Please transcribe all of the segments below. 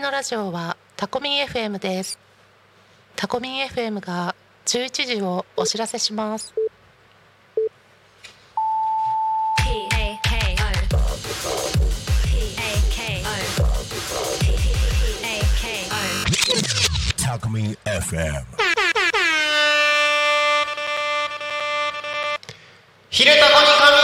のラジオはタコミン FM です。タコミン FM が11時をお知らせします。 タコミン FM 昼タコに神。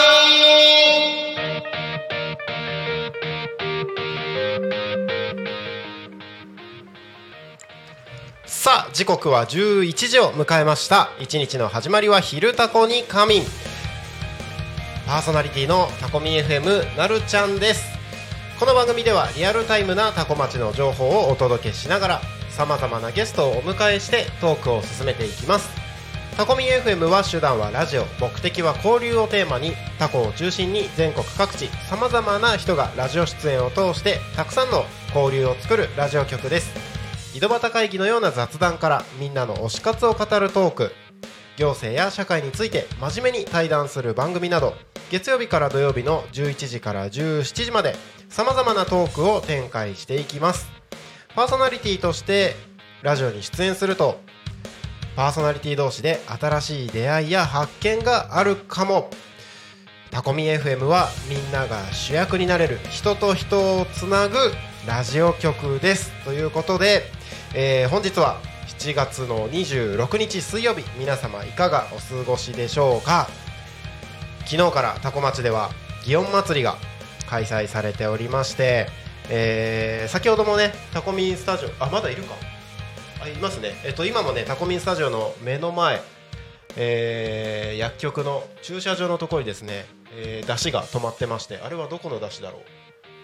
さあ時刻は11時を迎えました。一日の始まりは昼タコに神。パーソナリティのタコミ FM なるちゃんです。この番組ではリアルタイムなタコ町の情報をお届けしながらさまざまなゲストをお迎えしてトークを進めていきます。タコミ FM は手段はラジオ、目的は交流をテーマにタコを中心に全国各地さまざまな人がラジオ出演を通してたくさんの交流を作るラジオ局です。井戸端会議のような雑談からみんなの推し活を語るトーク、行政や社会について真面目に対談する番組など、月曜日から土曜日の11時から17時までさまざまなトークを展開していきます。パーソナリティとしてラジオに出演するとパーソナリティ同士で新しい出会いや発見があるかも。タコミ FM はみんなが主役になれる人と人をつなぐラジオ局です。ということで、本日は7月の26日水曜日、皆様いかがお過ごしでしょうか。昨日からタコ町では祇園祭りが開催されておりまして、先ほどもねタコミンスタジオ、まだいるか、いますね。今もねタコミンスタジオの目の前、薬局の駐車場のところにですね、出汁が止まってまして、あれはどこの出汁だろう。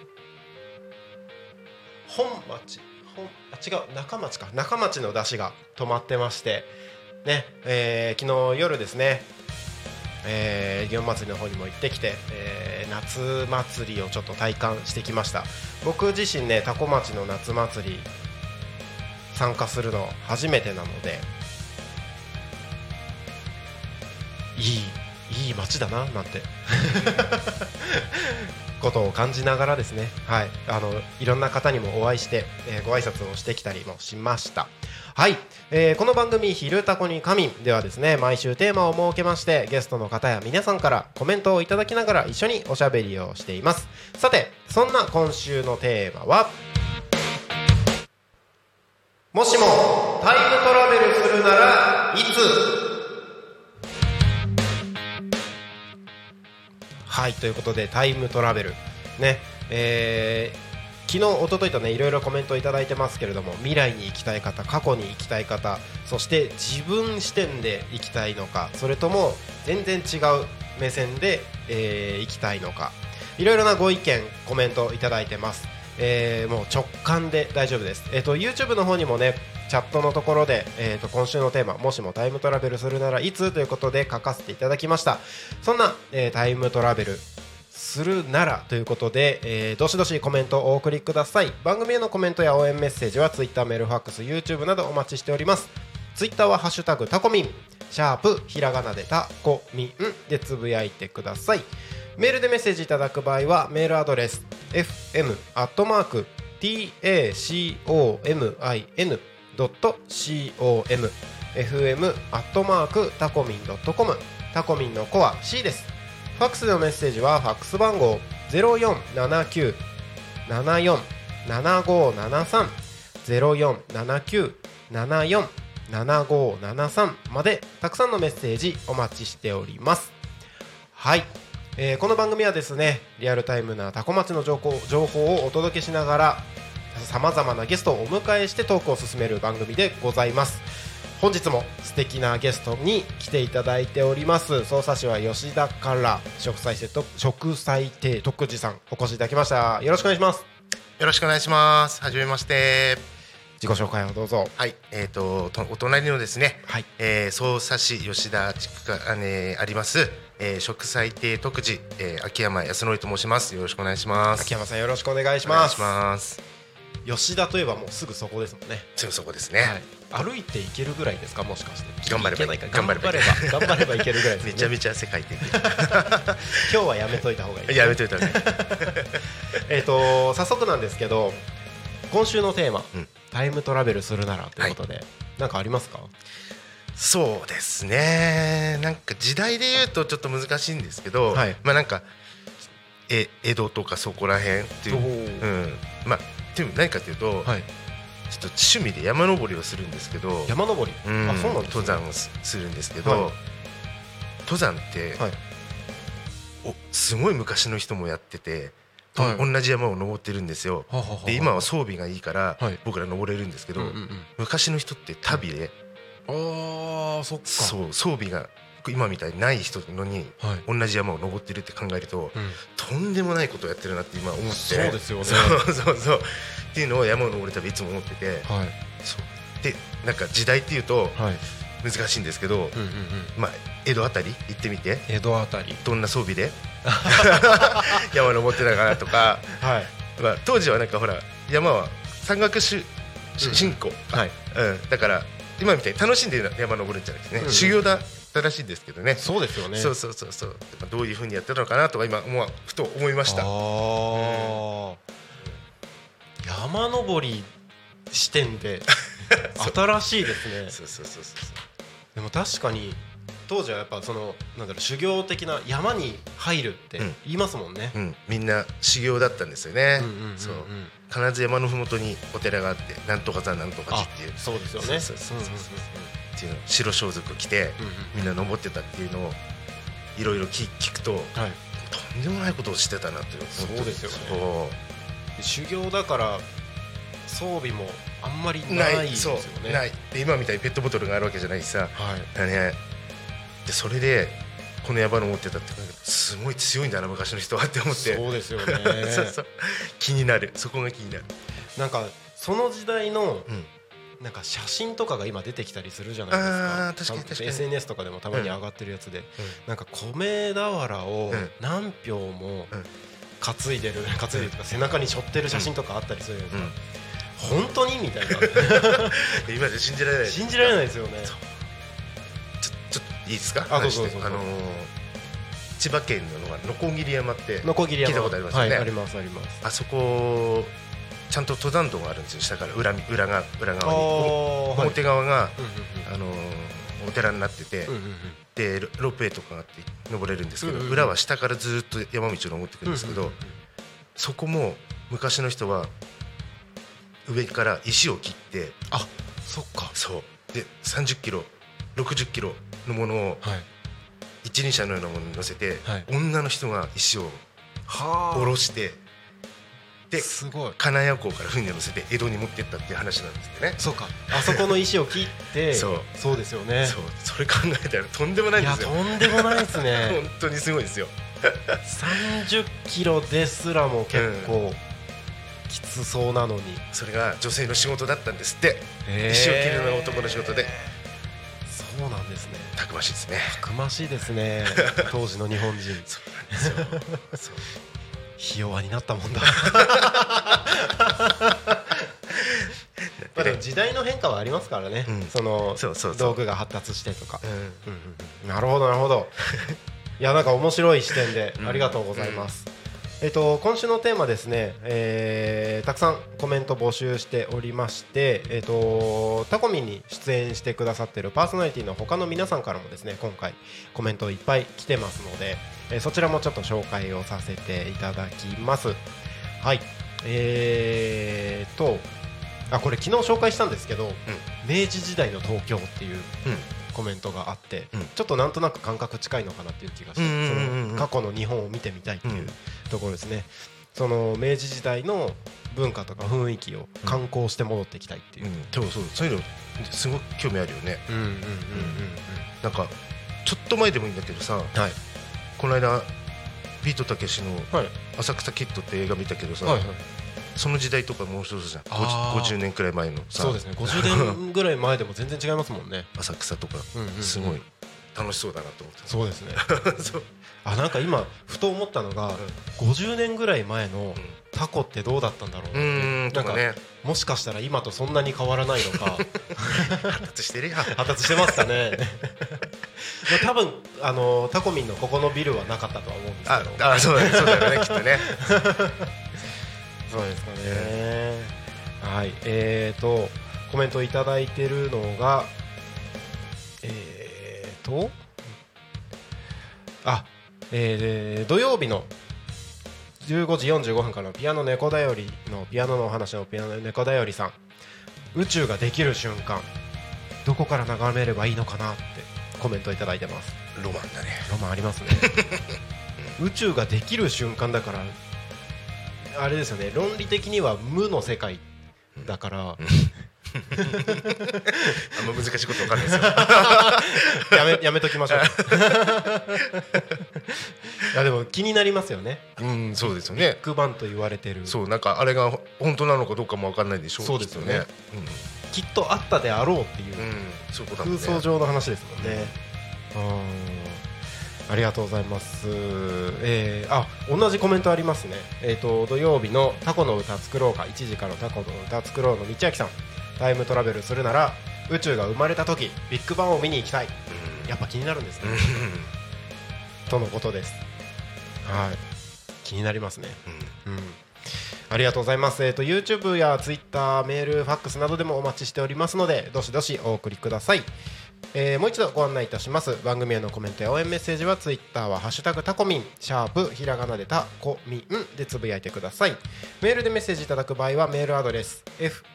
本町、違う、中町か、中町の出汁が止まってましてね、昨日夜ですね、祇園祭りの方にも行ってきて、夏祭りをちょっと体感してきました。僕自身ねタコ町の夏祭り参加するの初めてなので、いい街だななんてことを感じながらですね、はい、いろんな方にもお会いして、ご挨拶をしてきたりもしました。はい、この番組昼タコに神ではですね、毎週テーマを設けましてゲストの方や皆さんからコメントをいただきながら一緒におしゃべりをしています。さてそんな今週のテーマは、もしもタイムトラベルするならいつ。はい、ということでタイムトラベルね、昨日一昨日とねいろいろコメントいただいてますけれども、未来に行きたい方、過去に行きたい方、そして自分視点で行きたいのか、それとも全然違う目線で、行きたいのか、いろいろなご意見コメントいただいてます。もう直感で大丈夫です。YouTube の方にもねチャットのところで、今週のテーマ、もしもタイムトラベルするならいつということで書かせていただきました。そんな、タイムトラベルするならということで、どしどしコメントをお送りください。番組へのコメントや応援メッセージは Twitter、メール、ファックス、YouTube などお待ちしております。 Twitter はハッシュタグタコミン、シャープひらがなでタコミンでつぶやいてください。メールでメッセージいただく場合はメールアドレス fm@tacomin.com fm@tacomin.com、 タコミンのコア C です。ファックスでのメッセージはファックス番号 0479747573 0479747573 までたくさんのメッセージお待ちしております。はい、この番組はですねリアルタイムなタコ町の情報をお届けしながらさまざまなゲストをお迎えしてトークを進める番組でございます。本日も素敵なゲストに来ていただいております。匝瑳市は吉田から植栽亭徳次さんお越しいただきました。よろしくお願いします。 よろしくお願いします。はじめまして。 自己紹介をどうぞ。 はい、お隣のですね、 はい、 匝瑳市吉田地区が、あります、植栽亭徳次、秋山康則と申します。よろしくお願いします。 秋山さんよろしくお願いします。 お願いします。 吉田といえばもうすぐそこですもんね。 すぐそこですね、 はい、歩いて行けるぐらいですか、もしかして。 頑張ればいけるぐらいですね。 めちゃめちゃ世界的今日はやめといた方がいい、 やめといた方がいい早速なんですけど、 今週のテーマ、 うんタイムトラベルするならということで、なんかありますか？ そうですね、なんか時代で言うとちょっと難しいんですけど、 はいまあなんか江戸とかそこら辺っていう、まあっていう何かというと、 はい、 ちょっと趣味で山登りをするんですけど、 山登り、あ、そうなんですね。 登山をするんですけど、 はい登山って、 はいすごい昔の人もやってて、 はい同じ山を登ってるんですよ。 ははははで今は装備がいいから、 はい僕ら登れるんですけど、 うんうんうん、 昔の人って旅で、 ああ、そっか。 そう装備が今みたいにない人のにはい、 同じ山を登ってるって考えると、 うん、 とんでもないことをやってるなって今思って、 そうですよね。 そうそうそうっていうのを山を登るたびいつも思ってて、 はいそうでなんか時代っていうとはい、 難しいんですけど、 うんうんうん、 まあ江戸あたり行ってみて江戸あたり、 どんな装備で山登ってたかなとか、 はいまあ、当時はなんかほら山は山岳進行、 はい、 だから今みたいに楽しんで山登るんじゃなくてね、 うん修行だったらしいんですけどね。 そうですよね。 そうそうそうそう、どういう風にやってたのかなとか今ふと思いました。 あー、山登り視点で新しいですね。 そうそうそうそうでも確かに当時はやっぱそのなんだろう、修行的な山に入るってうん言いますもんね。 みんな修行だったんですよね。 うんうんうんうん、 そう必ず山のふもとにお寺があって、なんとか座なんとか寺っていう、 そうですよね。 そうそうそうそうっていうの白装束着てうんうんみんな登ってたっていうのをいろいろ聞くと、 はい、 とんでもないことをしてたなって思って。 そうですよね。 そう修行だから装備もあんまりないですよね。 そうないで今みたいにペットボトルがあるわけじゃないしさ、 はい、 ね、でそれでこの山登ってたってすごい強いんだな昔の人はって思ってそうですよね。 そうそう気になる、そこが気になる。 なんかその時代のうんなんか写真とかが今出てきたりするじゃないですか。 あー確かに確かに SNS とかでもたまに上がってるやつで、なんか米俵をうん何俵もうん担いでるとか背中に背負ってる写真とかあったりするじゃないうんですか。本当にみたいな今じゃ信じられない。 信じられないですよね。 ちょっといいですか？ あ、どうぞどうぞ。 千葉県のノコギリ山ってノコギリ山聞いたことありますよね。 はい、ありますあります。 あそこちゃんと登山道があるんですよ。下から裏側に表側がお寺になってて、でロープウェイとかがあって登れるんですけど、裏は下からずっと山道を登っていくんですけど、そこも昔の人は上から石を切って、 あ、そっか。 そうで30キロ60キロのものをはい一輪車のようなものに乗せて、 はい女の人が石をは下ろしてすごい。 金谷港から船に乗せて江戸に持ってったっていう話なんですよね。 そうか。あそこの石を切ってそうですよね。 それ考えたらとんでもないんですよ。 いや、とんでもないですね。 本当にすごいですよ。 30キロですらも結構きつそうなのに、 それが女性の仕事だったんですって。石を切るのが男の仕事で。 そうなんですね。 たくましいですね。 たくましいですね。当時の日本人。 そうなんですよ。 ひ弱になったもんだ。でも時代の変化はありますからね。その道具が発達してとか。なるほどなるほど。いや、なんか面白い視点でありがとうございます。今週のテーマですね、たくさんコメント募集しておりまして、タコミンに出演してくださっているパーソナリティの他の皆さんからもですね、今回コメントいっぱい来てますので、そちらもちょっと紹介をさせていただきます。はい、これ昨日紹介したんですけど、明治時代の東京っていうコメントがあって、ちょっとなんとなく感覚近いのかなっていう気がして、その過去の日本を見てみたいっていうところですね。その明治時代の文化とか雰囲気を観光して戻っていきたいっていう、 そういうのすごく興味あるよね。なんかちょっと前でもいいんだけどさ、この間ビートたけしの浅草キッドって映画見たけどさ、その時代とかもう一つじゃん。50年くらい前のさ。 そうですね、50年ぐらい前でも全然違いますもんね。 浅草とかすごい楽しそうだなと思って。 そうですね。なんか今ふと思ったのが、50年ぐらい前のタコってどうだったんだろうなって。なんかもしかしたら今とそんなに変わらないのか。 発達してるやん。 発達してますかね。多分タコミンのここのビルはなかったとは思うんですけど。 そうだよね、きっとね。 そうですかね。 はい、コメントいただいてるのが土曜日の15時45分からのピアノ猫だよりのピアノのお話のピアノ猫だよりさん、宇宙ができる瞬間どこから眺めればいいのかなってコメントいただいてます。 ロマンだね。 ロマンありますね宇宙ができる瞬間だからあれですよね、論理的には無の世界だから、 あんま難しいこと分かんないですよやめときましょういやでも気になりますよね。 そうですよね。 ビッグバンと言われてる、 そう、なんかあれが本当なのかどうかも分かんないでしょう。 そうですよね、きっとあったであろうっていう、 そういうことだもんね。 空想上の話ですもんね。ありがとうございます。同じコメントありますね。土曜日のタコの歌作ろうか、1時からのタコの歌作ろうの道明さん、タイムトラベルするなら宇宙が生まれた時ビッグバンを見に行きたい。やっぱ気になるんですねとのことです。はい、気になりますね。ありがとうございます。YouTube や Twitter、メール、ファックスなどでもお待ちしておりますので、どしどしお送りください。もう一度ご案内いたします。番組へのコメントや応援メッセージは Twitter はハッシュタグタコミン#ひらがなでタコミンでつぶやいてください。メールでメッセージいただく場合はメールアドレス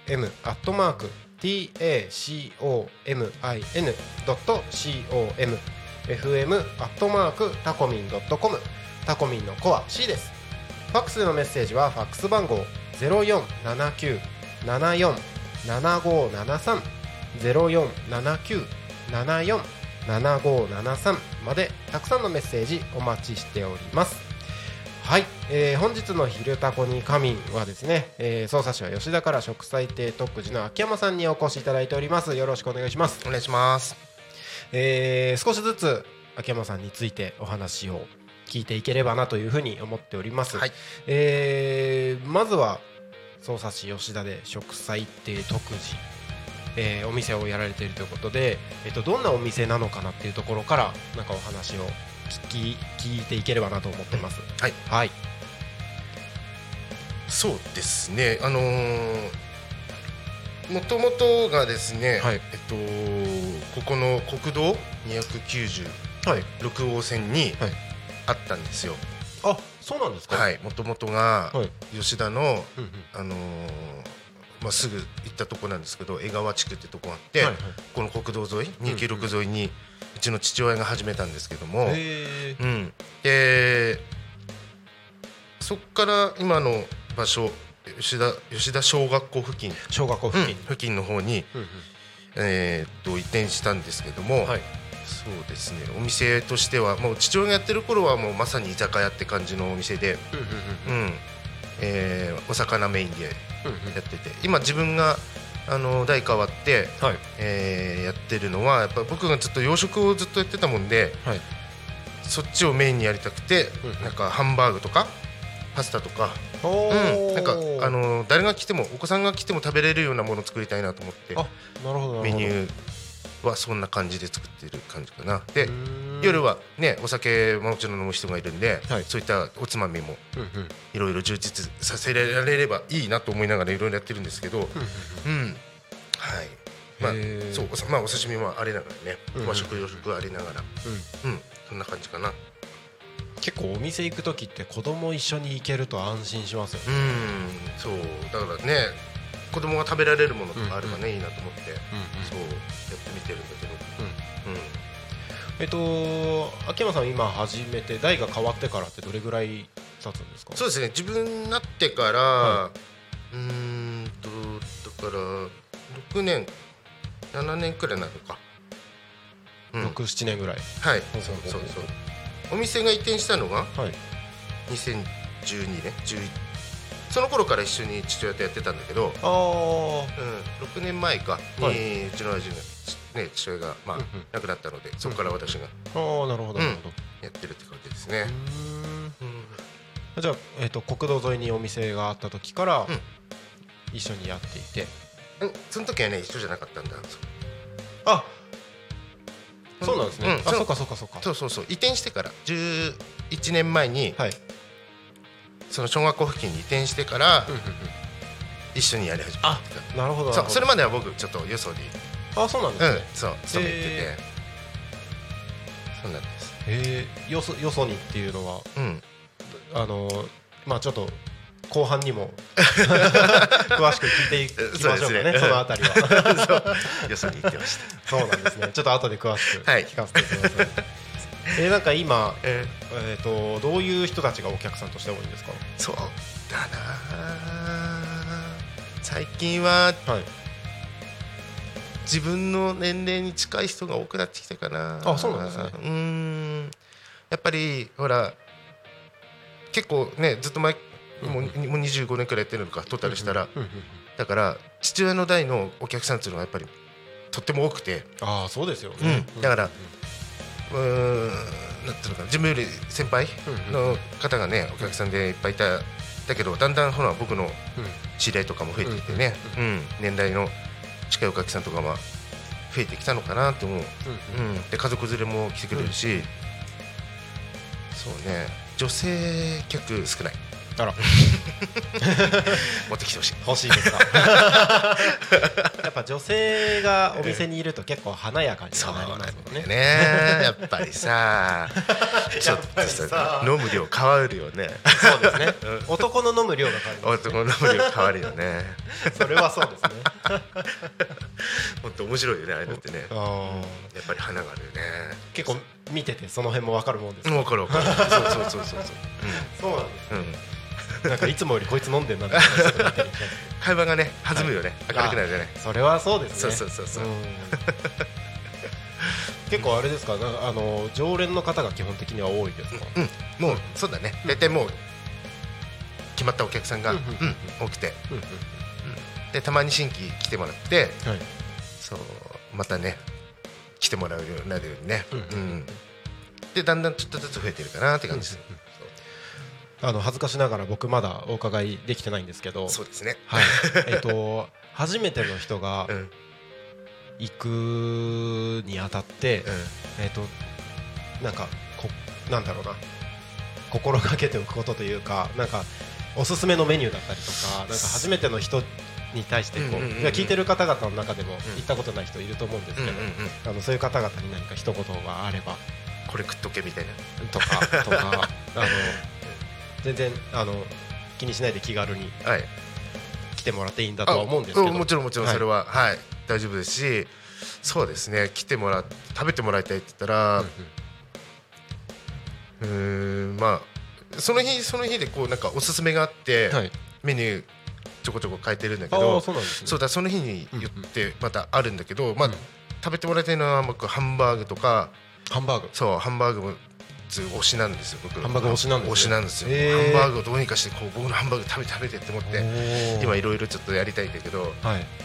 fm@tacomin.com fm@tacomin.com タコミンのコア C です。ファックスでのメッセージはファックス番号 0479747573 0479747573までたくさんのメッセージお待ちしております。はい、本日の昼タコに仮眠はですね、匝瑳市は吉田から植栽亭特需の秋山さんにお越しいただいております。よろしくお願いします。 お願いします。 少しずつ秋山さんについてお話を聞いていければなというふうに思っております。 はい、 まずは匝瑳市吉田で植栽亭特需、お店をやられているということで、どんなお店なのかなっていうところからなんかお話を聞いていければなと思ってます。 はい、 はい、 そうですね。もともとがですね、 はい、 ここの国道296号線にあったんですよ。 あ、そうなんですか。 はい、もともとが吉田の、すぐ行ったとこなんですけど、江川地区ってとこがあって、この国道沿い296沿いにうちの父親が始めたんですけども、でそこから今の場所吉田小学校付近の方に、移転したんですけども、そうですね、お店としてはもう父親がやってる頃はもうまさに居酒屋って感じのお店で、お魚メインでやってて、今自分が代変わって、やってるのはやっぱ僕がずっと洋食をずっとやってたもんで、そっちをメインにやりたくて、なんかハンバーグとかパスタとか、なんか誰が来てもお子さんが来ても食べれるようなものを作りたいなと思って、メニューはそんな感じで作ってる感じかな。で夜はね、お酒もちろん飲む人がいるんで、そういったおつまみもいろいろ充実させられればいいなと思いながらいろいろやってるんですけど、お刺身もありながらね、和食洋食ありながら、そんな感じかな。 結構お店行く時って子供一緒に行けると安心しますよね。 そうだからね、子供が食べられるものとかあればね、いいなと思って、そうやってみてるんだけど、 秋山さん今始めて代が変わってからってどれぐらい経つんですか？ そうですね、自分になってから、だから6年7年くらいなのか、 6、7年ぐらい。 はい、そうお店が移転したのが2012年11、その頃から一緒に父親とやってたんだけど、6年前かにうちの親父が、父親が亡くなったので、そこから私がやってるって感じですね。 じゃあ、国道沿いにお店があった時から一緒にやっていて、 その時はね一緒じゃなかったんだ。 あ、そうなんですね。そうか。 そう移転してから11年前に、その小学校付近に移転してから、 一緒にやり始めあ、なるほど。 そう、それまでは僕ちょっとよそに、 あ、そうなんですね。 そう勤めてて、そうなんです。 よそにっていうのは、まあちょっと後半にも詳しく聞いていきましょうかね。そのあたりは。 よそに行ってました。 そうなんですね。ちょっと後で詳しく聞かせてください。なんか今、どういう人たちがお客さんとして多いんですか？ そうだな、最近は、自分の年齢に近い人が多くなってきたかな。 あ、そうなんですね。 やっぱりほら結構ね、ずっと前もう25年くらいやってるのかトータルしたら、だから父親の代のお客さんっていうのがやっぱりとっても多くて、 ああ、そうですよね。 だからなんていうのかな、自分より先輩の方がねお客さんでいっぱいいた。だけどだんだんほら僕の知り合いとかも増えてきてね、年代の近いお客さんとかは増えてきたのかなと思う。で家族連れも来てくれるし、そうね、女性客少ない。 あら持ってきてほしい。 欲しいですか？やっぱ女性がお店にいると結構華やかになりますもんね。 やっぱりさちょっとさ飲む量変わるよね。 そうですね。男の飲む量が変わりますね。 男の飲む量変わるよね。 それはそうですね。 本当面白いよね、あれだってね。やっぱり花があるよね。 結構見ててその辺も分かるもんですか？ 分かる分かる。そうそうなんです。なんかいつもよりこいつ飲んでんなって会話がね弾むよね、明るくなるじゃない。 それはそうですね。 そう結構あれですか、常連の方が基本的には多いですか？ もうそうだね、大体もう決まったお客さんが多くて、でたまに新規来てもらって、そうまたね来てもらうようになるようにね、でだんだんちょっとずつ増えてるかなって感じです。 恥ずかしながら僕まだお伺いできてないんですけど。 そうですね。 はい。初めての人が行くにあたって、なんかなんだろうな、心がけておくことというか、なんかおすすめのメニューだったりとか、なんか初めての人に対して聞いてる方々の中でも行ったことない人いると思うんですけど、そういう方々に何か一言があれば、 これ食っとけみたいなとか全然気にしないで気軽に来てもらっていいんだとは思うんですけど。 もちろんそれは大丈夫ですし、そうですね、来てもらって食べてもらいたいって言ったら、まあその日でこうなんかおすすめがあってメニューちょこちょこ変えてるんだけど、そうだ、その日によってまたあるんだけど、まあ食べてもらいたいのは僕ハンバーグとか。そう、ハンバーグも推しなんですよ。僕ハンバーグ推しなんですね。 推しなんですよ。ハンバーグをどうにかしてこう僕のハンバーグ食べてって思って今いろいろちょっとやりたいんだけど、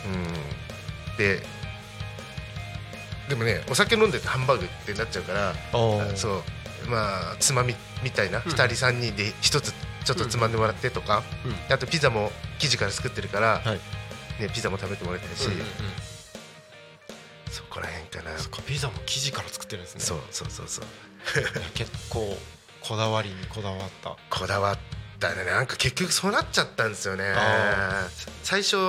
でもね、お酒飲んでてハンバーグってなっちゃうから、そうまあつまみみたいな2人3人で1つちょっとつまんでもらってとか、あとピザも生地から作ってるからね、ピザも食べてもらいたいし、そこら辺かな。 ピザも生地から作ってるんですね。 そう結構こだわりにこだわったね。なんか結局そうなっちゃったんですよね。最初、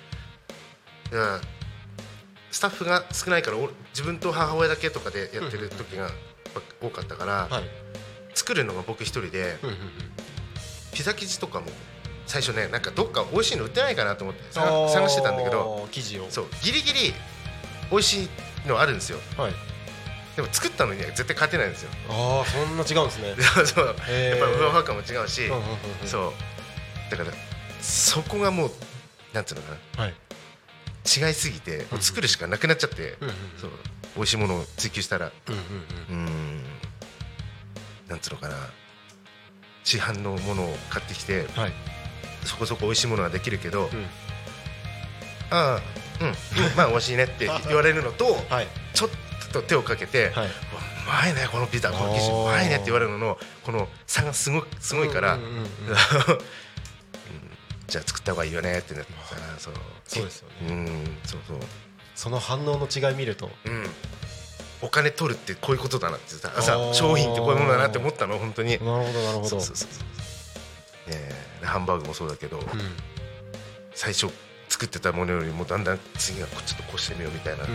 スタッフが少ないから自分と母親だけとかでやってる時が多かったから、作るのが僕一人で、ピザ生地とかも最初ね、なんかどっか美味しいの売ってないかなと思って探してたんだけど、 生地をそうギリギリ美味しいのあるんですよ。でも作ったのには絶対勝てないんですよ。 ああ、そんな違うんですね。 そう、やっぱりふわふわ感も違うし、そうだからそこがもうなんていうのかな、違いすぎて作るしかなくなっちゃって、そう美味しいものを追求したら、なんていうのかな、市販のものを買ってきて、そこそこ美味しいものができるけど、まあ美味しいねって言われるのと、ちょっと手をかけて、うまいねこのピザ、この生地うまいねって言われるののこの差がすごいからじゃあ作った方がいいよねってなってさ、 そうですよね。その反応の違い見ると、 お金取るってこういうことだなってさ、商品ってこういうものだなって思ったの本当に。 なるほど。 ハンバーグもそうだけど、 最初作ってたものよりもだんだん次はちょっとこうしてみようみたいななって、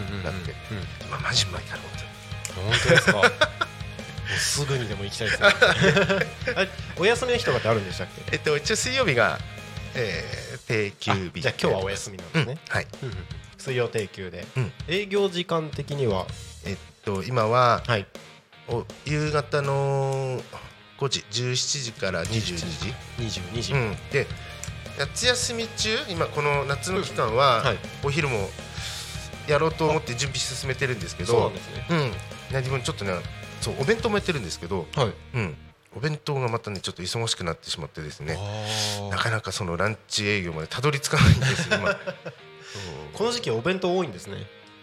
まあマジうまいから本当ですか。もうすぐにでも行きたいですね。お休みの日とかってあるんでしたっけ？ 一応水曜日が、定休日。 じゃあ今日はお休みなんですね。 はい。 水曜定休で、営業時間的には今は、 はい、 夕方の5時17時から22時、で夏休み中、今この夏の期間は、お昼もやろうと思って準備進めてるんですけど、 そうなんですね。 何分ちょっとね、そうお弁当もやってるんですけど、お弁当がまたねちょっと忙しくなってしまってですね、なかなかそのランチ営業までたどり着かないんですよ今。 この時期お弁当多いんですね。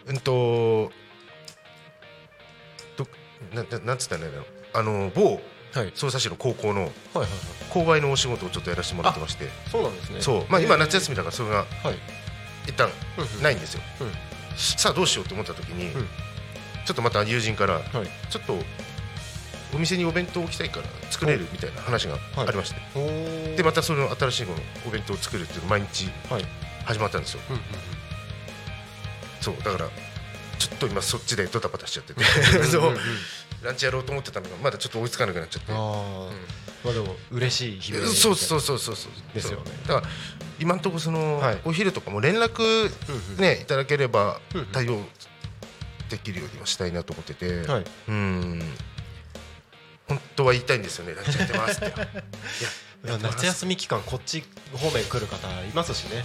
なんつったらいいんだろう、某匝瑳市の高校の購買のお仕事をちょっとやらせてもらってまして。 そうなんですね。 そう、まあ今夏休みだからそれが一旦ないんですよ。さあどうしようと思った時に、ちょっとまた友人からちょっとお店にお弁当を置きたいから作れるみたいな話がありまして、でまたその新しいお弁当を作るっていうの毎日始まったんですよ。そうだからちょっと今そっちでドタバタしちゃってて、ランチやろうと思ってたのがまだちょっと追いつかなくなっちゃって。 まあでも嬉しい日々 そうですよね。 だから今のところそのお昼とかも連絡ねいただければ対応できるようにはしたいなと思ってて、本当は言いたいんですよね、ランチやってますって。 夏休み期間こっち方面来る方いますしね。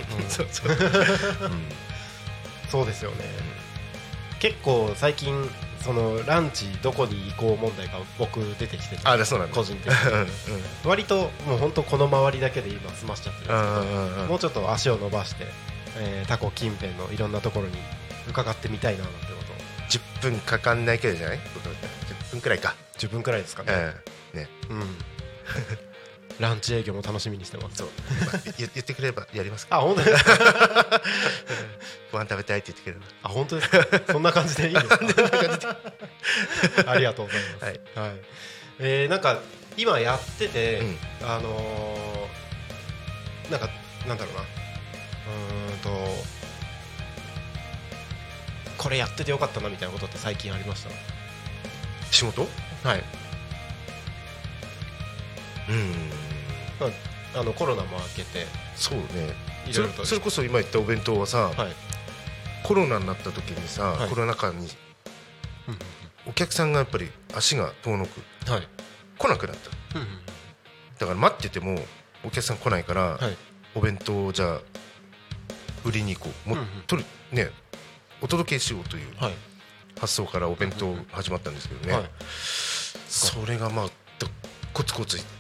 そうですよね。結構最近そのランチどこに行こう問題が僕出てきてて、個人的に割ともう本当この周りだけで今済ましちゃってるんですけど、もうちょっと足を伸ばして、タコ近辺のいろんなところに伺ってみたいななんてことを。 10分かかんないけどじゃない？10分くらいか。 10分くらいですかね。ランチ営業も楽しみにしてます。 そう、言ってくれればやりますか。 あ、本当ですか。 ご飯食べたいって言ってくれる。 あ、本当ですか。そんな感じでいいですか。ありがとうございます。なんか今やってて、なんかなんだろうな、これやっててよかったなみたいなことって最近ありました？ 仕事？ はい。コロナも明けて、 そうね、 いろいろとそれこそ今言ったお弁当はさ、コロナになった時にさ、コロナ禍にお客さんがやっぱり足が遠のく、来なくなった。だから待っててもお客さん来ないから、お弁当をじゃあ売りに行こう、もうね、お届けしようという発想からお弁当始まったんですけどね、それがまあコツコツいって、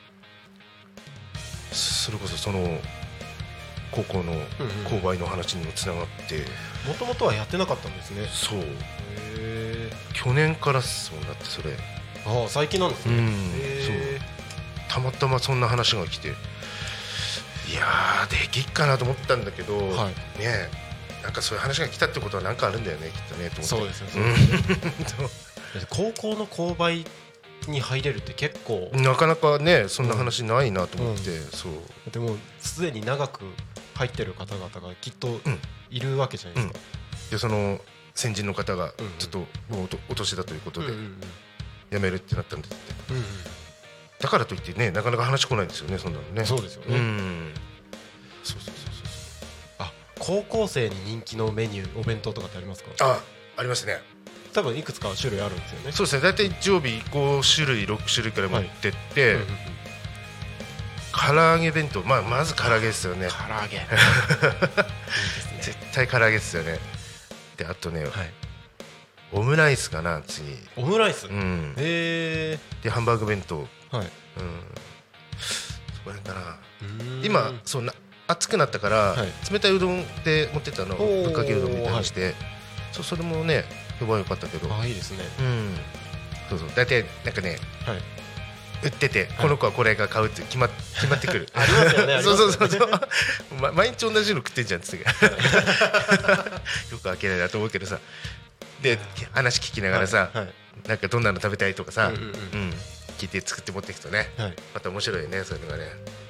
それこそその高校の購買の話にもつながって、 もともとはやってなかったんですね。 そう、去年からそうなって、それ最近なんですね。 そう、たまたまそんな話が来て、いやーできっかなと思ったんだけど、ね、なんかそういう話が来たってことはなんかあるんだよね、きっとねと思って。そうですよね。高校の購買に入れるって結構なかなかね、そんな話ないなと思って、そうでもすでに長く入ってる方々がきっといるわけじゃないですか。 でその先人の方がちょっともうお年だということで辞めるってなったんですって。だからといってね、なかなか話来ないんですよね、そんなのね。 そうですよね。そう。あ、高校生に人気のメニュー、お弁当とかってありますか？ ありますね。 多分いくつか種類あるんですよね。 そうですね、大体常備5種類6種類から持ってって、唐揚げ弁当、まず唐揚げですよね。 唐揚げ絶対唐揚げですよね。であとね、オムライスかな、次。 オムライス、 でハンバーグ弁当、そこら辺かな。今そんな暑くなったから、冷たいうどんで持ってったのをぶっかけうどんみたいにして、それもね評判良かったけど。 いいですね。 そう大体なんかね、売ってて、この子はこれが買うって決まってくる。 ありますよね。 そう毎日同じの食ってんじゃんっつってよく開けないなと思うけどさ、で話聞きながらさ、なんかどんなの食べたいとかさ、聞いて作って持っていくとね、また面白いね、そういうのがね。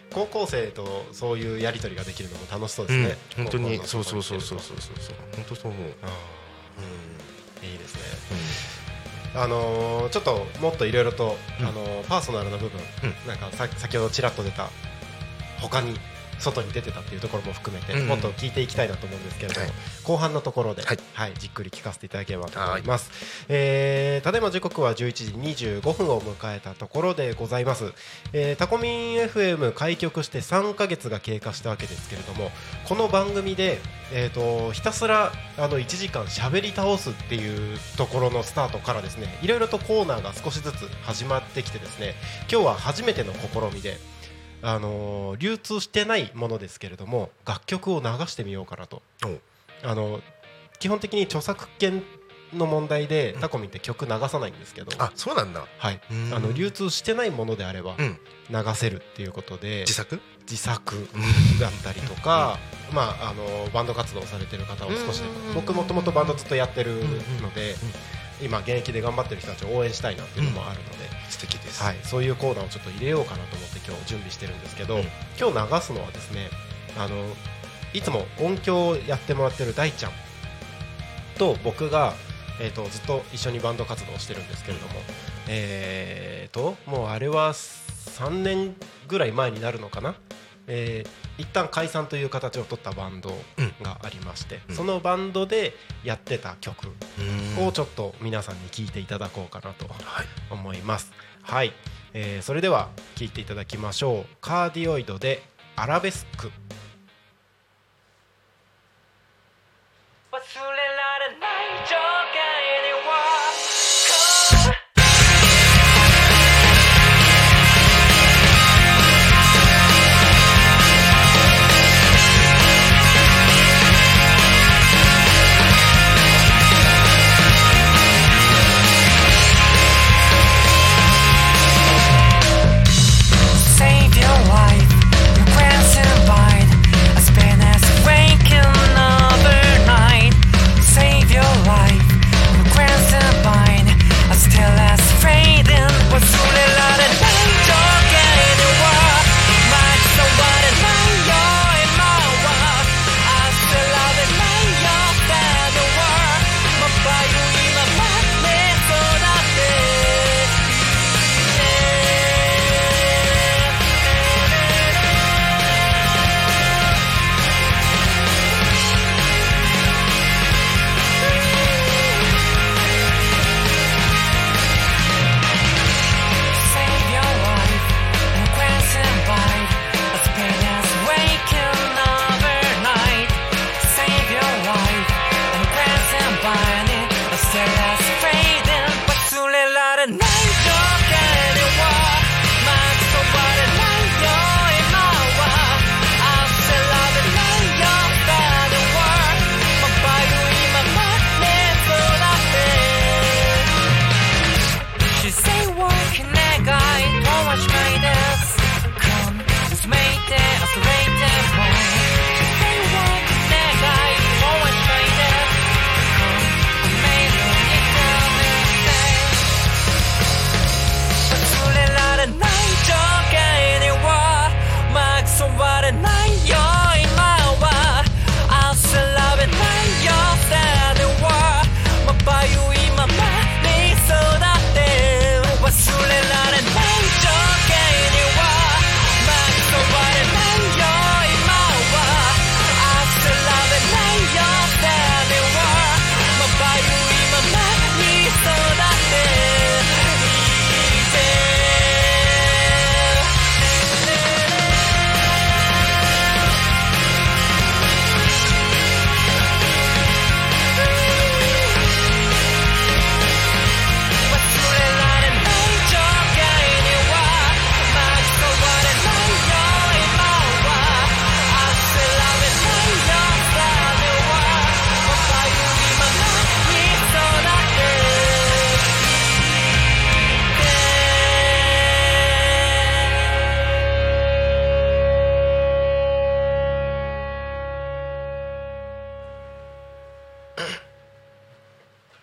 高校生とそういうやり取りができるのも楽しそうですね、 本当にそう本本当そう思う。 いいですね、ちょっともっといろいろと、パーソナルな部分、なんか先ほどちらっと出た他に外に出てたっていうところも含めて、もっと聞いていきたいなと思うんですけれども、後半のところで、じっくり聞かせていただければと思います。ただいま時刻は11時25分を迎えたところでございます。タコミン FM 開局して3ヶ月が経過したわけですけれども、この番組で、ひたすら1時間喋り倒すっていうところのスタートからですね、いろいろとコーナーが少しずつ始まってきてですね、今日は初めての試みで流通してないものですけれども、楽曲を流してみようかなと。基本的に著作権の問題でタコミンって曲流さないんですけど、 あ、そうなんだ。 はい、流通してないものであれば流せるっていうことで、自作だったりとか、バンド活動されてる方を少しでも、僕もともとバンドずっとやってるので、今現役で頑張ってる人たちを応援したいなっていうのもあるので、 素敵です、 はい、そういうコーナーをちょっと入れようかなと思って今日準備してるんですけど、今日流すのはですね、いつも音響をやってもらってる大ちゃんと僕が、ずっと一緒にバンド活動をしてるんですけれども、もうあれは3年ぐらい前になるのかな、一旦解散という形を取ったバンドがありまして、そのバンドでやってた曲をちょっと皆さんに聴いていただこうかなと思います。はい、それでは聴いていただきましょう。カーディオイドでアラベスク。 忘れられない情景には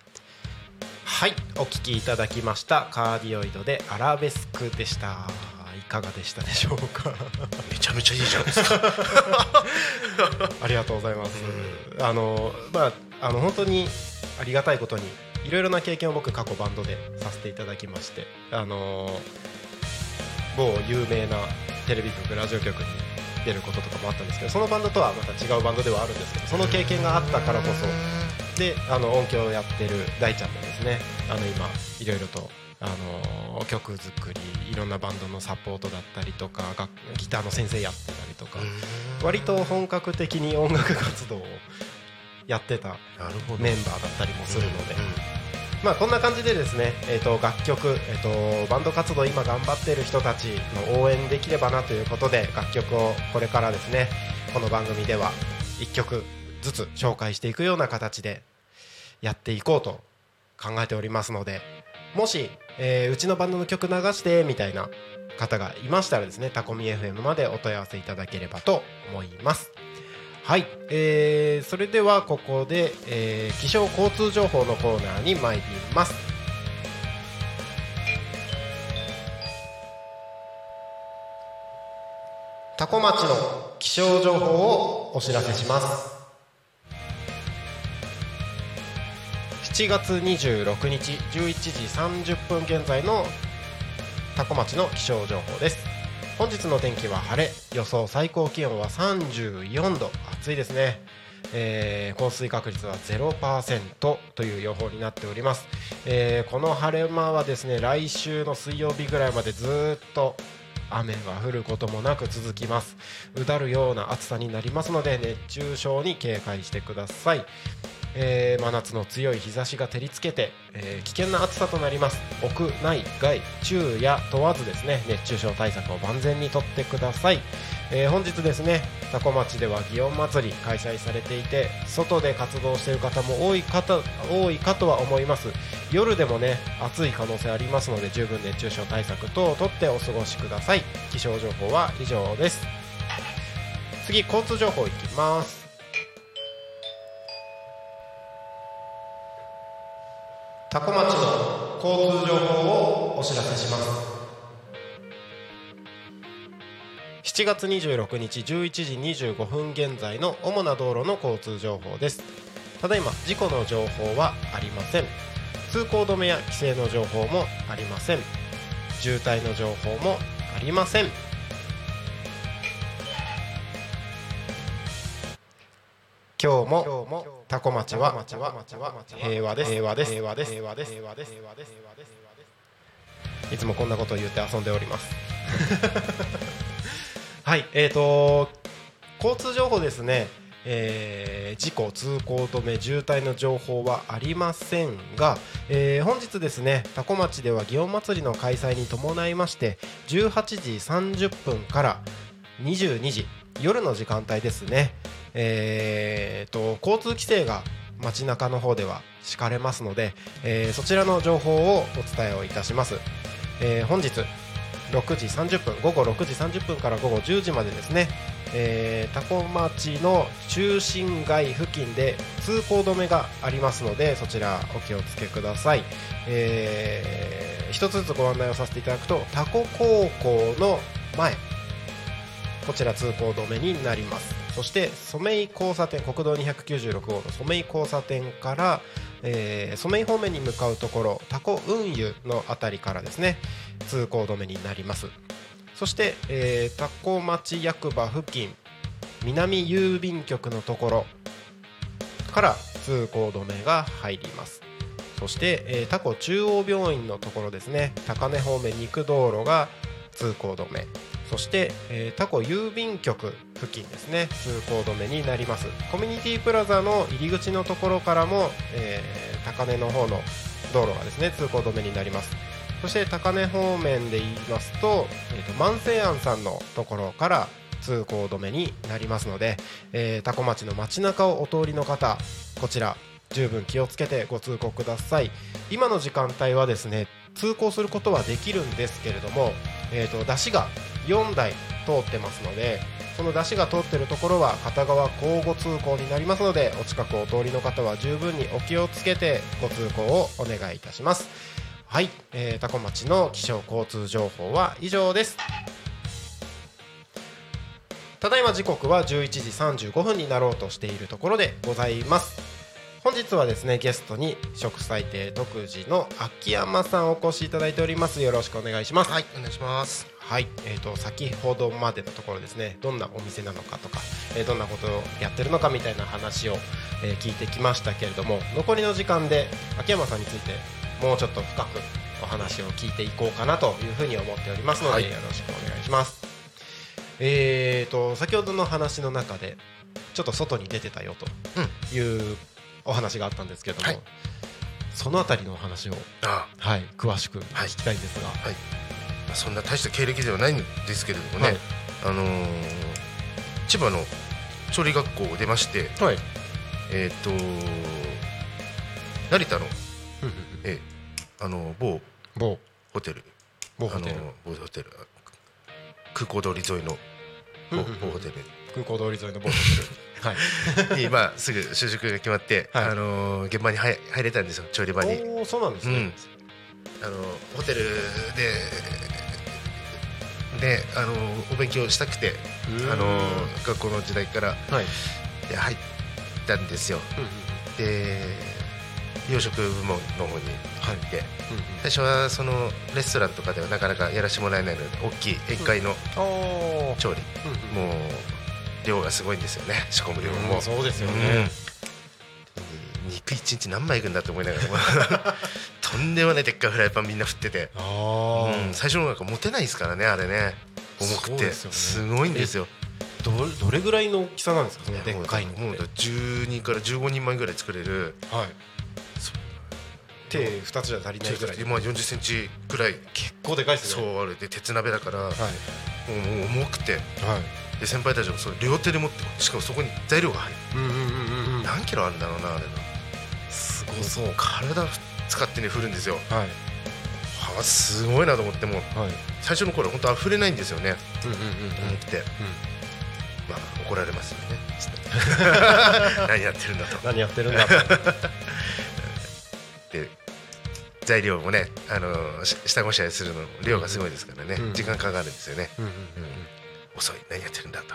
はい、お聴きいただきましたカーディオイドでアラベスクでした。 いかがでしたでしょうか。 めちゃめちゃいいじゃないですか。 ありがとうございます。本当にありがたいことにいろいろな経験を僕過去バンドでさせていただきまして、某有名なテレビ局ラジオ局に出ることとかもあったんですけど、そのバンドとはまた違うバンドではあるんですけど、その経験があったからこそで音響をやってる大ちゃんもですね、今いろいろと曲作り、いろんなバンドのサポートだったりとかギターの先生やってたりとか、割と本格的に音楽活動をやってたメンバーだったりもするので、こんな感じでですね、楽曲、バンド活動今頑張っている人たちの応援できればなということで、楽曲をこれからですねこの番組では1曲ずつ紹介していくような形でやっていこうと考えておりますので、もし、うちのバンドの曲流してみたいな方がいましたらですね、タコミ FM までお問い合わせいただければと思います。はい、それではここで、気象交通情報のコーナーに参ります。タコ町の気象情報をお知らせします。7月26日11時30分現在のタコ町の気象情報です。本日の天気は晴れ、予想最高気温は34度、暑いですね。降水確率は 0% という予報になっております。この晴れ間はですね、来週の水曜日ぐらいまでずっと雨が降ることもなく続きます。うだるような暑さになりますので、熱中症に警戒してください。真夏の強い日差しが照りつけて、危険な暑さとなります。屋内外昼夜問わずですね、熱中症対策を万全にとってください。本日ですね、タコ町では祇園祭り開催されていて、外で活動している方も多いかとは思います。夜でもね暑い可能性ありますので、十分熱中症対策等をとってお過ごしください。気象情報は以上です。次、交通情報いきます。タコ町の交通情報をお知らせします。7月26日11時25分現在の主な道路の交通情報です。ただいま事故の情報はありません。通行止めや規制の情報もありません。渋滞の情報もありません。今日もタコ町は平和です。いつもこんなことを言って遊んでおりますはい、交通情報ですね、事故、通行止め、渋滞の情報はありませんが、本日ですね、タコ町では祇園祭の開催に伴いまして18時30分から22時、夜の時間帯ですね、交通規制が街中の方では敷かれますので、そちらの情報をお伝えをいたします。本日6時30分、午後6時30分から午後10時までですね、タコ町の中心街付近で通行止めがありますので、そちらお気をつけください。一つずつご案内をさせていただくと、タコ高校の前、こちら通行止めになります。そして染井交差点、国道296号の染井交差点から、染井方面に向かうところ、タコ運輸のあたりからですね、通行止めになります。そして、タコ町役場付近、南郵便局のところから通行止めが入ります。そして、タコ中央病院のところですね、高根方面に行く道路が通行止め。そして、タコ郵便局付近ですね、通行止めになります。コミュニティプラザの入り口のところからも、高根の方の道路がですね、通行止めになります。そして高根方面で言いますと、万世庵さんのところから通行止めになりますので、タコ町の街中をお通りの方、こちら十分気をつけてご通行ください。今の時間帯はですね、通行することはできるんですけれども、出しが4台通ってますので、その出しが通っているところは片側交互通行になりますので、お近くお通りの方は十分にお気をつけてご通行をお願いいたします。 はい、多古町の気象交通情報は以上です。ただいま時刻は11時35分になろうとしているところでございます。本日はですねゲストに食彩亭徳次の秋山さんお越しいただいております。よろしくお願いします。 はい、お願いします。 はい、先ほどまでのところですねどんなお店なのかとか、どんなことをやってるのかみたいな話を、聞いてきましたけれども、残りの時間で秋山さんについてもうちょっと深くお話を聞いていこうかなというふうに思っておりますので、よろしくお願いします。先ほどの話の中でちょっと外に出てたよというお話があったんですけれども、そのあたりのお話を詳しく聞きたいんですが、 そんな大した経歴ではないんですけれどもね、千葉の調理学校を出まして、成田の某ホテル、空港通り沿いの某ホテル、 空港通り沿いの某ホテル今すぐ就職が決まって、現場に入れたんですよ、調理場に。 そうなんですね。 ホテルでお勉強したくて、学校の時代からで入ったんですよ。で洋食部門の方に入って、最初はそのレストランとかではなかなかやらせてもらえないので、大きい宴会の調理、もう量がすごいんですよね、仕込む量も。 そうですよね。 肉一日何枚いくんだと思いながらとんでもないでっかいフライパンみんな振ってて、最初のなんか持てないですからね、あれね、重くてすごいんですよ。 どれぐらいの大きさなんですか、そのでっかいのって。 もう10人から15人前ぐらい作れる、 手2つじゃ足りないぐらい、 今40センチぐらい、 結構でかいですね。 そう、あれで鉄鍋だから、もう重くて、で先輩たちもそれ両手で持って、しかもそこに材料が入る、何キロあるんだろうな、あれの。 すごそう。 体使ってね振るんですよ。すごいなと思って、も最初の頃は本当溢れないんですよね。重くて、まあ怒られますよね何やってるんだと、 何やってるんだとで材料もね、下ごしらえするの量がすごいですからね、時間かかるんですよね。遅い、何やってるんだと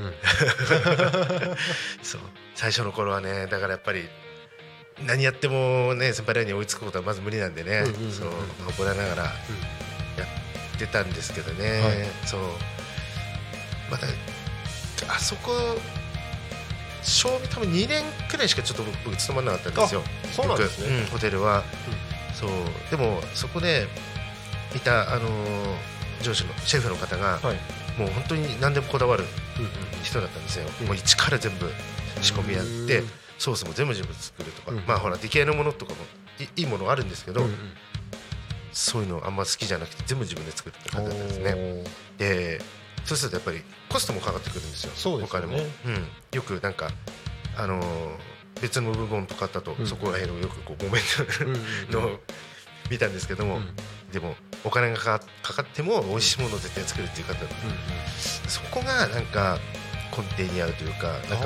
そう最初の頃はね、だからやっぱり何やってもね、先輩らに追いつくことはまず無理なんでね、そう怒られながらやってたんですけどね。そうまたあそこ賞味多分2年くらいしかちょっと僕務まらなかったんですよ。 そうなんですね。 ホテルは、そうでもそこでいた上司のシェフの方が、もう本当に何でもこだわる人だったんですよ。もう一から全部仕込みやって、ソースも全部自分で作るとか、まあほら出来合いのものとかもいいものあるんですけど、そういうのあんま好きじゃなくて全部自分で作るって感じだったんですね。でそうするとやっぱりコストもかかってくるんですよ。お金も、よくなんか別の部門とかだと、そこら辺をよくこうごめんの見たんですけども、でもお金がかかっても美味しいものを絶対作るっていう方、そこがなんか根底にあるというか、なんか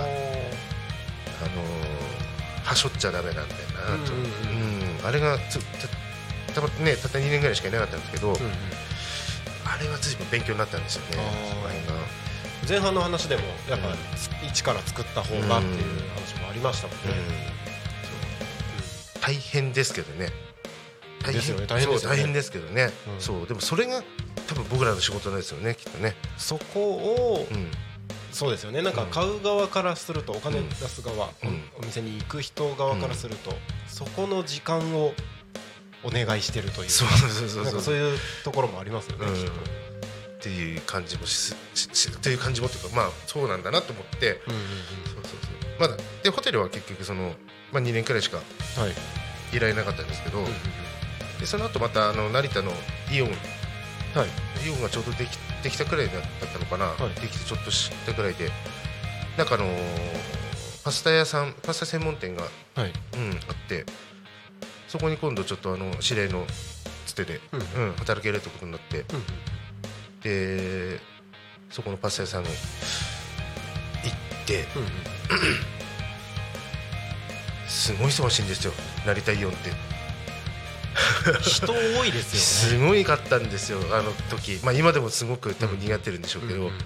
はしょっちゃダメなんだよな、あれがたった2年ぐらいしかいなかったんですけど、あれは随分勉強になったんですよね。 前半の話でもやっぱ一から作った方がっていう話もありましたもんね。 大変ですけどね。大変ですけどね。そうでもそれが多分僕らの仕事なんですよね、きっとね。 そこをそうですよね。なんか買う側からすると、お金出す側、お店に行く人側からすると、そこの時間をお願いしてるというか、そういうところもありますよね、きっと。 っていう感じもというか、まあそうなんだなと思って、まだでホテルは結局その、2年くらいしかいられなかったんですけど、でその後また成田のイオンがちょうどできたくらいだったのかな、できてちょっとしたくらいで、なんかパスタ専門店があって、そこに今度ちょっと指令のつてで働けるってことになって、でそこのパスタ屋さんに行って、すごい忙しいんですよ、成田イオンって。 人多いですよね。 すごいかったんですよあの時、まあ、今でもすごく多分似合ってるんでしょうけど、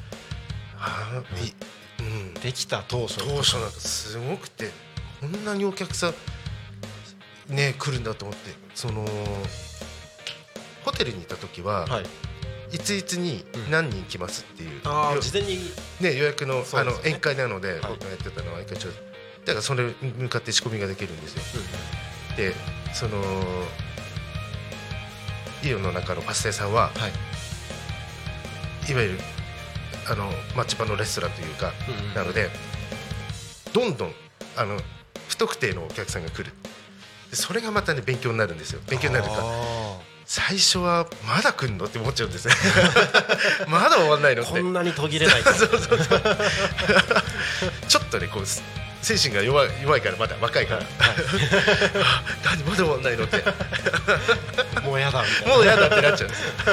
できた当初なんかすごくてこんなにお客さんね来るんだと思って、そのホテルにいた時は、いついつに何人来ますっていう、 事前に、 ね、予約の、 ね、 宴会なので、僕がやってたのはだからそれに向かって仕込みができるんですよ。でそのイオンの中のパスタ屋さんは、いわゆる町場のレストランというか、なのでどんどん不特定のお客さんが来る。それがまたね勉強になるんですよ。勉強になるか最初はまだ来んのって思っちゃうんですねまだ終わんないのって、 こんなに途切れないそうちょっとねこう精神が弱いから、まだ若いから、何まだ終わんないのってもうやだみたいな、 もうやだってなっちゃうん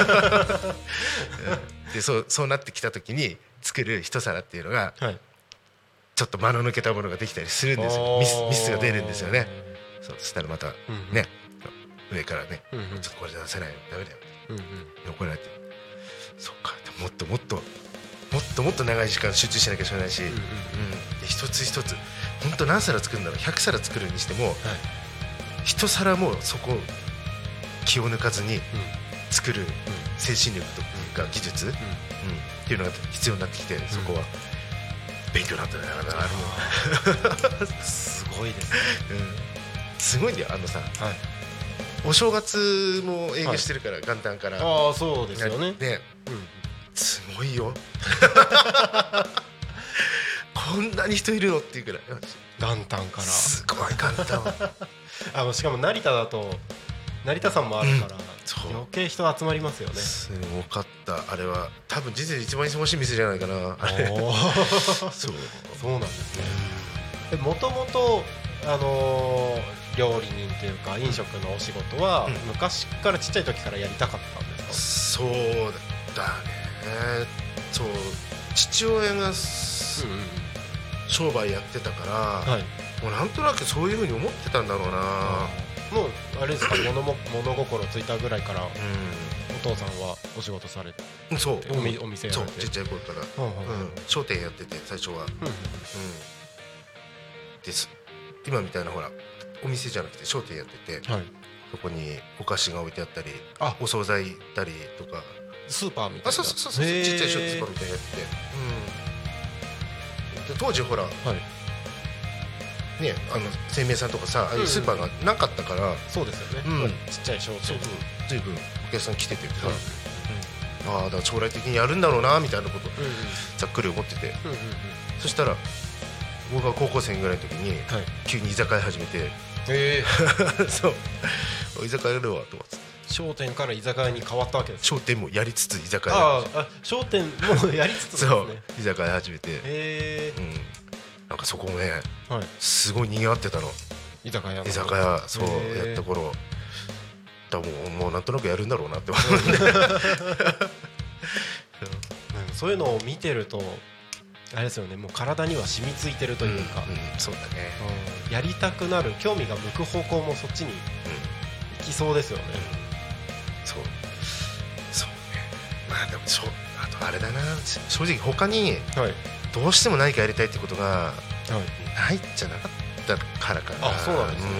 ですよでそうなってきた時に作る一皿っていうのが、ちょっと間の抜けたものができたりするんですよ。ミスが出るんですよね。そしたらまたね、上からね、ちょっとこれ出せないよダメだよ、怒られて、そっか、もっと長い時間集中しなきゃしょうがないし、で一つ一つ本当何皿作るんだろう、100皿作るにしても、一皿もそこ気を抜かずに作る精神力とか技術、っていうのが必要になってきて、そこは勉強になったね。 すごいですね。 すごいんだよさ、お正月も営業してるから、元旦から。 そうですよね。 すごいよこんなに人いるのっていうくらい元旦からすごい元旦しかも成田だと成田山もあるから、余計人集まりますよね。 すごかった。あれは多分人生で一番忙しい店じゃないかな。 そうなんですね。もともと料理人というか飲食のお仕事は昔からちっちゃい時からやりたかったんですか？ そうだね。そう父親が商売やってたから、もうなんとなくそういう風に思ってたんだろうな。 もうあれですか、物心ついたぐらいからお父さんはお仕事されて、 そうお店やられて、 ちっちゃい頃から商店やってて最初は。です今みたいなほらお店じゃなくて商店やってて、そこにお菓子が置いてあったり、お惣菜行ったりとか、 スーパーみたいな、 そうちっちゃいスーパーみたいなやってて、で当時ほら、ね、生命さんとかさ、ああいうスーパーがなかったから、 そうですよね、ちっちゃい商店随分お客さん来ててさ、だから将来的にやるんだろうなみたいなことざっくり思ってて、そしたら僕が高校生ぐらいの時に急に居酒屋始めて、そう居酒屋やるわと思って、 商店から居酒屋に変わったわけです。 商店もやりつつ居酒屋、 商店もやりつつそう居酒屋始めて、なんかそこもね、すごい賑わってたの、居酒屋そうやった頃だ。もうなんとなくやるんだろうなって思ってそういうのを見てるとあれですよね、もう体には染みついてるというか、 そうだね、 やりたくなる、興味が向く方向もそっちに行きそうですよね。 そうね。まあでもあとあれだな、正直他にどうしても何かやりたいってことがないじゃなかったからかな。 そうなんですね。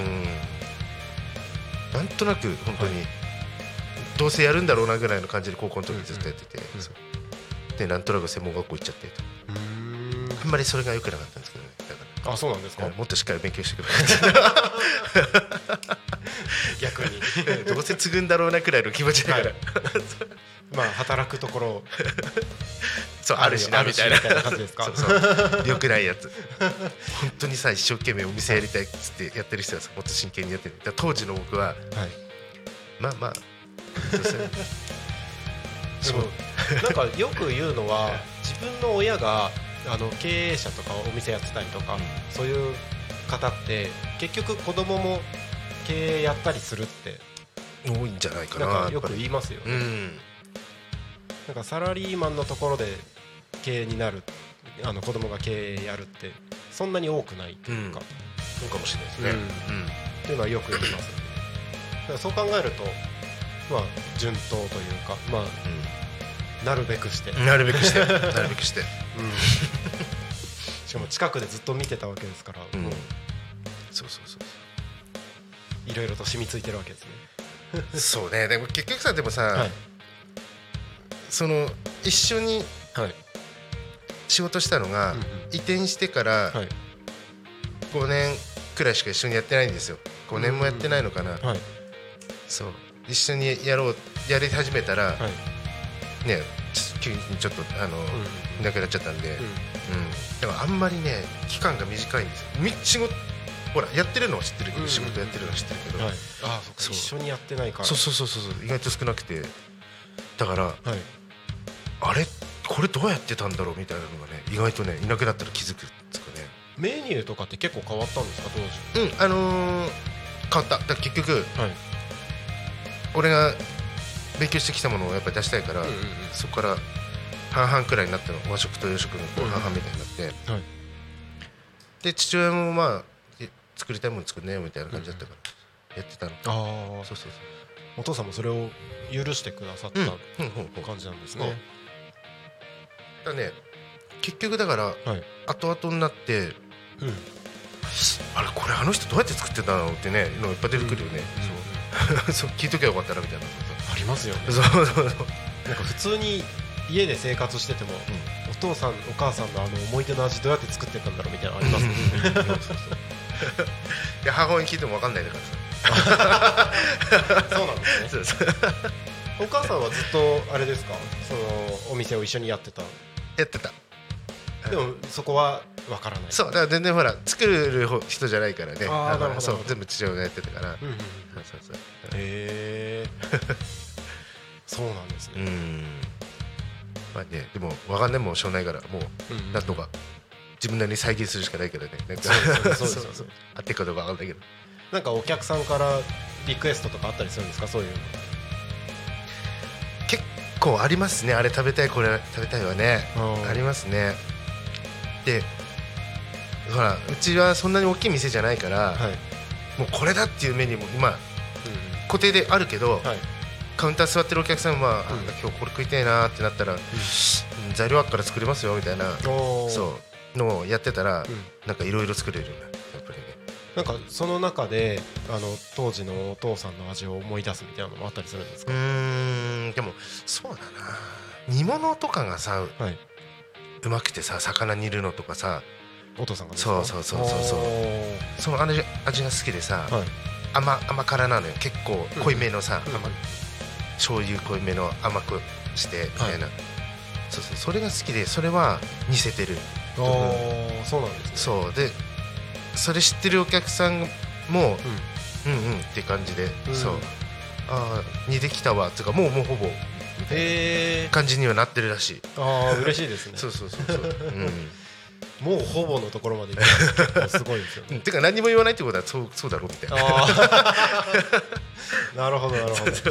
なんとなく本当にどうせやるんだろうなぐらいの感じで高校の時ずっとやってて、でなんとなく専門学校行っちゃってと、あんまりそれが良くなかったんですけどね。だからそうなんですか。 もっとしっかり勉強してくればよかった逆にどうせ継ぐんだろうなくらいの気持ちだから、 まあ働くところそうあるしなみたいな感じですか。 そう良くないやつ本当にさ一生懸命お店やりたいっつってやってる人はもっと真剣にやってる。だ当時の僕は、まあまあでもなんかよく言うのは自分の親が経営者とかお店やってたりとか、そういう方って結局子供も経営やったりするって多いんじゃないかな。 なんかよく言いますよね。なんかサラリーマンのところで経営になる、子供が経営やるってそんなに多くないというか、 そうかもしれないですね。 っていうのはよく言いますよね。 らそう考えるとまあ順当というかまあ、なるべくしてなるべくしてなるべくして、 しかも近くでずっと見てたわけですから、もうそうそうそういろいろと染みついてるわけですねそうね。でも結局さでもさ、その一緒に仕事したのが移転してから5年くらいしか一緒にやってないんですよ。5年もやってないのかな、そう一緒にやり始めたら、ね急にちょっといなくなっちゃったんで、だからあんまりね期間が短いんですよ。仕事ほらやってるのは知ってるけど、仕事やってるのは知ってるけど、 そう一緒にやってないからそう意外と少なくて、だから、あれこれどうやってたんだろうみたいなのがね意外とねいなくなったら気づくんですかね。 メニューとかって結構変わったんですか当時？ 変わった。だから結局、俺が勉強してきたものをやっぱり出したいから、そこから半々くらいになったの。和食と洋食のこう半々みたいになって、で父親もまあ作りたいもの作んねよみたいな感じだったからやってたの。そうお父さんもそれを許してくださった感じなんですね。 だね結局だから後々になって、あれこれあの人どうやって作ってたのってねのいっぱい出てくるよね。そう聞いときゃよかったなみたいなありますよね。 そうなんか普通に家で生活してても、お父さんお母さんの思い出の味どうやって作ってたんだろうみたいなのありますもんね。 いや母親に聞いても分かんないだからそうなんですね。お母さんはずっとあれですか、そのお店を一緒にやってた？ やってた。 でもそこは分からない。 そうだから全然ほら作る人じゃないからね。 そう全部父親がやってたから。へえそうなんですね。 まあねでも分かんないもんしょうがないからもうなんとか自分なりに再現するしかないからね。なんかそう合ってるかどうか分かんないけど、 なんかお客さんからリクエストとかあったりするんですか？そういうの結構ありますね。あれ食べたいこれ食べたいはねありますね。でほらうちはそんなに大きい店じゃないから、もうこれだっていうメニューも今固定であるけど、カウンター座ってるお客さんは今日これ食いたいなってなったら、材料あるから作れますよみたいなそうのをやってたら、なんかいろいろ作れるよねやっぱりね。 なんかその中で当時のお父さんの味を思い出すみたいなのもあったりするんですか？ でもそうだな、煮物とかがさ、うまくてさ魚煮るのとかさ、 お父さんがですか？ そうその味が好きでさ、甘辛なのよ。結構濃いめのさ、醤油濃いめの甘くしてみたいな、それが好きで、それは似せてる。 そうなんですね。 そうでそれ知ってるお客さんもって感じで、そう似てきたわっていうかもうほぼ感じにはなってるらしい。 嬉しいですね。 そうもうほぼのところまで行く結構すごいですよね。 てか何も言わないってことはそうだろうみたいな。 なるほど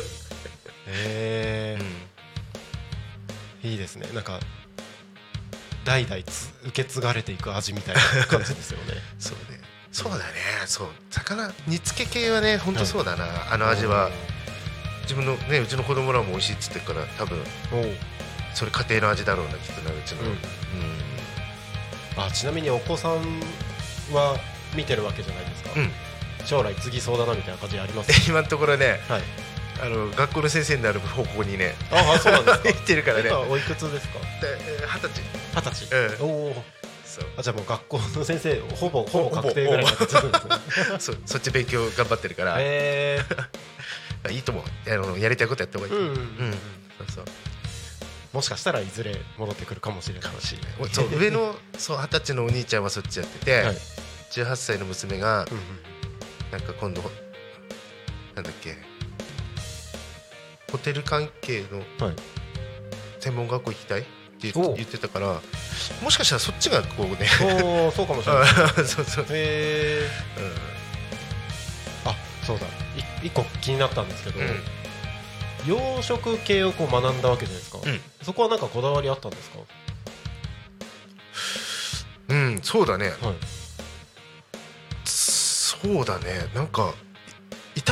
いいですね。なんか代々受け継がれていく味みたいな感じですよね。 そうだね。そう魚煮付け系はね本当そうだな、あの味は。自分のねうちの子供らも美味しいっつってから多分それ家庭の味だろうなきっとなうちの。 ちなみにお子さんは見てるわけじゃないですか。将来継ぎそうだなみたいな感じあります？ 今のところね、学校の先生になる方向にねそうなんですか。 言ってるからね。 おいくつですか ？20歳。 じゃあもう学校の先生ほぼ確定ぐらいになっちゃうんですね。 そっち勉強頑張ってるからいいと思う。やりたいことやった方がいい。 もしかしたらいずれ戻ってくるかもしれないし、 上の20歳のお兄ちゃんはそっちやってて、18歳の娘がなんか今度なんだっけホテル関係の専門学校行きたいって言ってたから、もしかしたらそっちがこうねそうかもしれない。そうだ、一個気になったんですけど、洋食系をこう学んだわけじゃないですか。そこはなんかこだわりあったんですか？ そうだね。そうだね。なんかイタ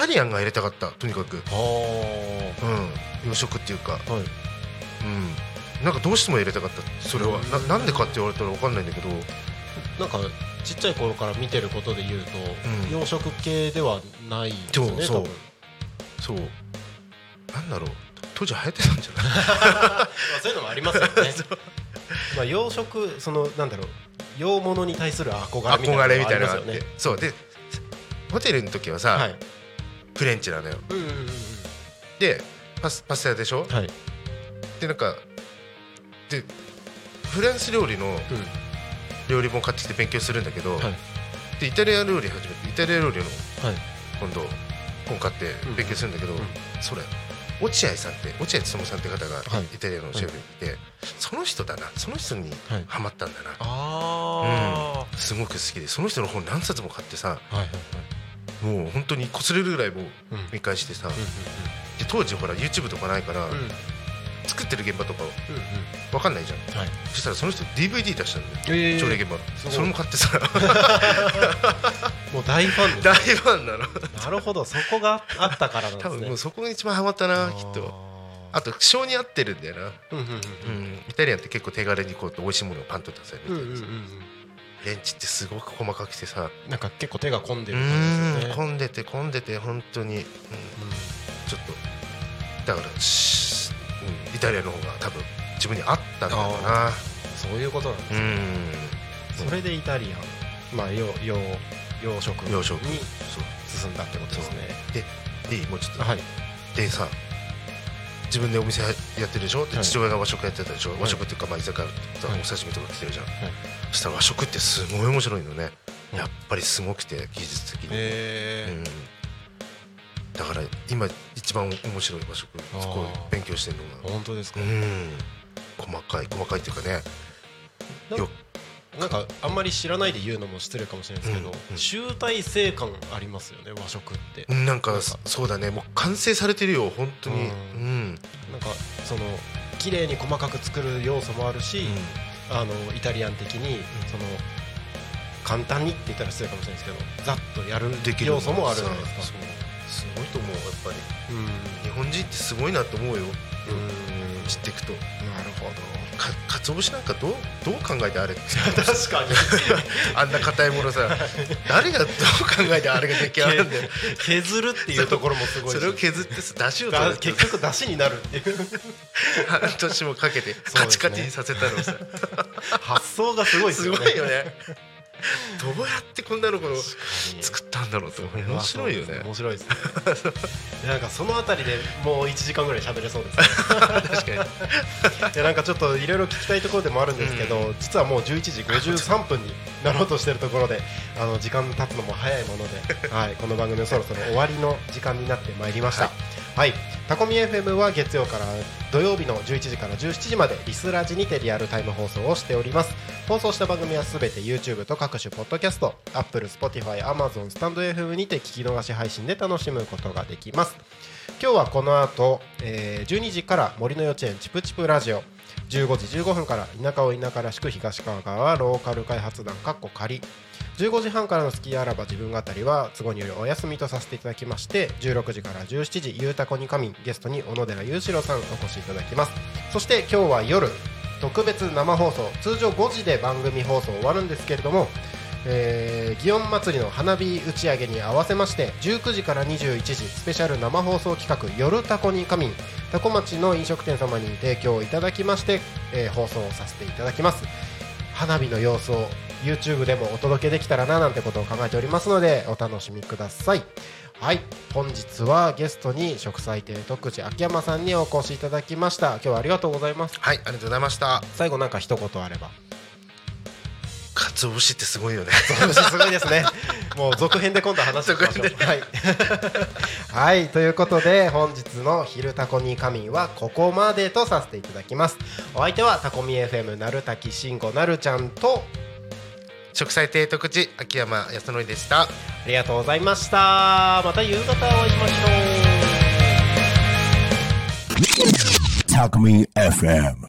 タリアンが入れたかったとにかく、洋食っていうか、なんかどうしても入れたかった。それはなんでかって言われたら分かんないんだけど、 なんかちっちゃい頃から見てることで言うと、洋食系ではないですよね。 そうなんだろう、当時流行ってたんじゃないそういうのもありますよね。洋食、そのなんだろう、洋物に対する憧れみたいなのがありますよね。 そうで、ホテルの時はさ、フレンチなのよ。でパスタ屋でしょ。でなんかでフランス料理の料理本買ってきて勉強するんだけど、でイタリア料理始めて、イタリア料理の今度本買って勉強するんだけど、それ落合さんって、落合勉さんって方がイタリアのシェフにいて、その人だな、その人にハマったんだな。すごく好きで、その人の本何冊も買ってさ、もう本当に擦れるぐらいもう見返してさ、で当時ほら YouTube とかないから作ってる現場とか分かんないじゃん。そしたらその人 DVD 出したんだよ、調理現場の。それも買ってさもう大ファンです。 大ファンなの。 なるほど、そこがあったからなんですね。 多分もうそこが一番ハマったな、きっと。あと性に合ってるんだよな。イタリアンって結構手軽にこう美味しいものをパンと出せるみたいなさ。フレンチってすごく細かくてさ、 なんか結構手が込んでる感じですよね。 混んでて本当に、ちょっとだからイタリアの方が多分自分に合ったんだろうな。 そういうことなんですね。それでイタリアン、まあ洋食に進んだってことですね。 でもうちょっと、でさ、自分でお店やってるでしょ。で父親が和食やってたでしょ。和食っていうか、まあ居酒屋とかお刺身とか来てるじゃん。そしたら和食ってすごい面白いのね。やっぱりすごくて、技術的に。だから今一番面白い和食そこ勉強してるのが。 本当ですか。 細かいっていうかね。 なんかあんまり知らないで言うのも失礼かもしれないですけど、集大成感ありますよね、和食って。 なんかそうだね、もう完成されてるよ本当に。 なんかその綺麗に細かく作る要素もあるし、イタリアン的にその簡単にって言ったら失礼かもしれないですけど、ざっとやる要素もあるじゃないですか。 すごいと思う、やっぱり。日本人ってすごいなと思うよ、知っていくと。なるほど。かつお節なんかどう考えてあれ確かにあんな硬いものさ、誰がどう考えてあれが出来上がるんだよ。 削るっていうところもすごいし、 それを削って出汁を取る、 結局出汁になるっていう半年もかけてカチカチにさせたのをさ、 発想がすごいですよね。 すごいよね。どうやってこんなの作ったんだろうと。面白いよね。 面白いですね。なんかそのあたりでもう1時間ぐらい喋れそうですね。 確かに。 なんかちょっといろいろ聞きたいところでもあるんですけど、実はもう11時53分になろうとしているところで、時間経つのも早いもので、この番組そろそろ終わりの時間になってまいりました。タコミ FM は月曜から土曜日の11時から17時までリスラジにてリアルタイム放送をしております。放送した番組はすべて YouTube と各種ポッドキャスト、Apple、Spotify、Amazon、スタンド FM にて聞き逃し配信で楽しむことができます。今日はこの後、12時から森の幼稚園チプチプラジオ、15時15分から田舎を田舎らしく東川川ローカル開発団仮、15時半からのスキーあらば自分語りは都合によりお休みとさせていただきまして、16時から17時ゆうたこにかみん、ゲストに小野寺裕次郎さんお越しいただきます。そして今日は夜特別生放送、通常5時で番組放送終わるんですけれども、祇園祭りの花火打ち上げに合わせまして19時から21時スペシャル生放送企画夜タコにかみん、タコ町の飲食店様に提供いただきまして、放送させていただきます。花火の様子を YouTube でもお届けできたらななんてことを考えておりますのでお楽しみください。本日はゲストに食材亭徳地秋山さんにお越しいただきました。今日はありがとうございます。 ありがとうございました。 最後なんか一言あれば。 かつお節ってすごいよね。 かつお節すごいですね。もう続編で今度話していきましょう。ということで本日の昼タコにかみんはここまでとさせていただきます。お相手はタコミ FM なるたきしんごなるちゃんと食材亭徳地秋山康則でした。 ありがとうございました。また夕方お会いしましょう。 タコミ FM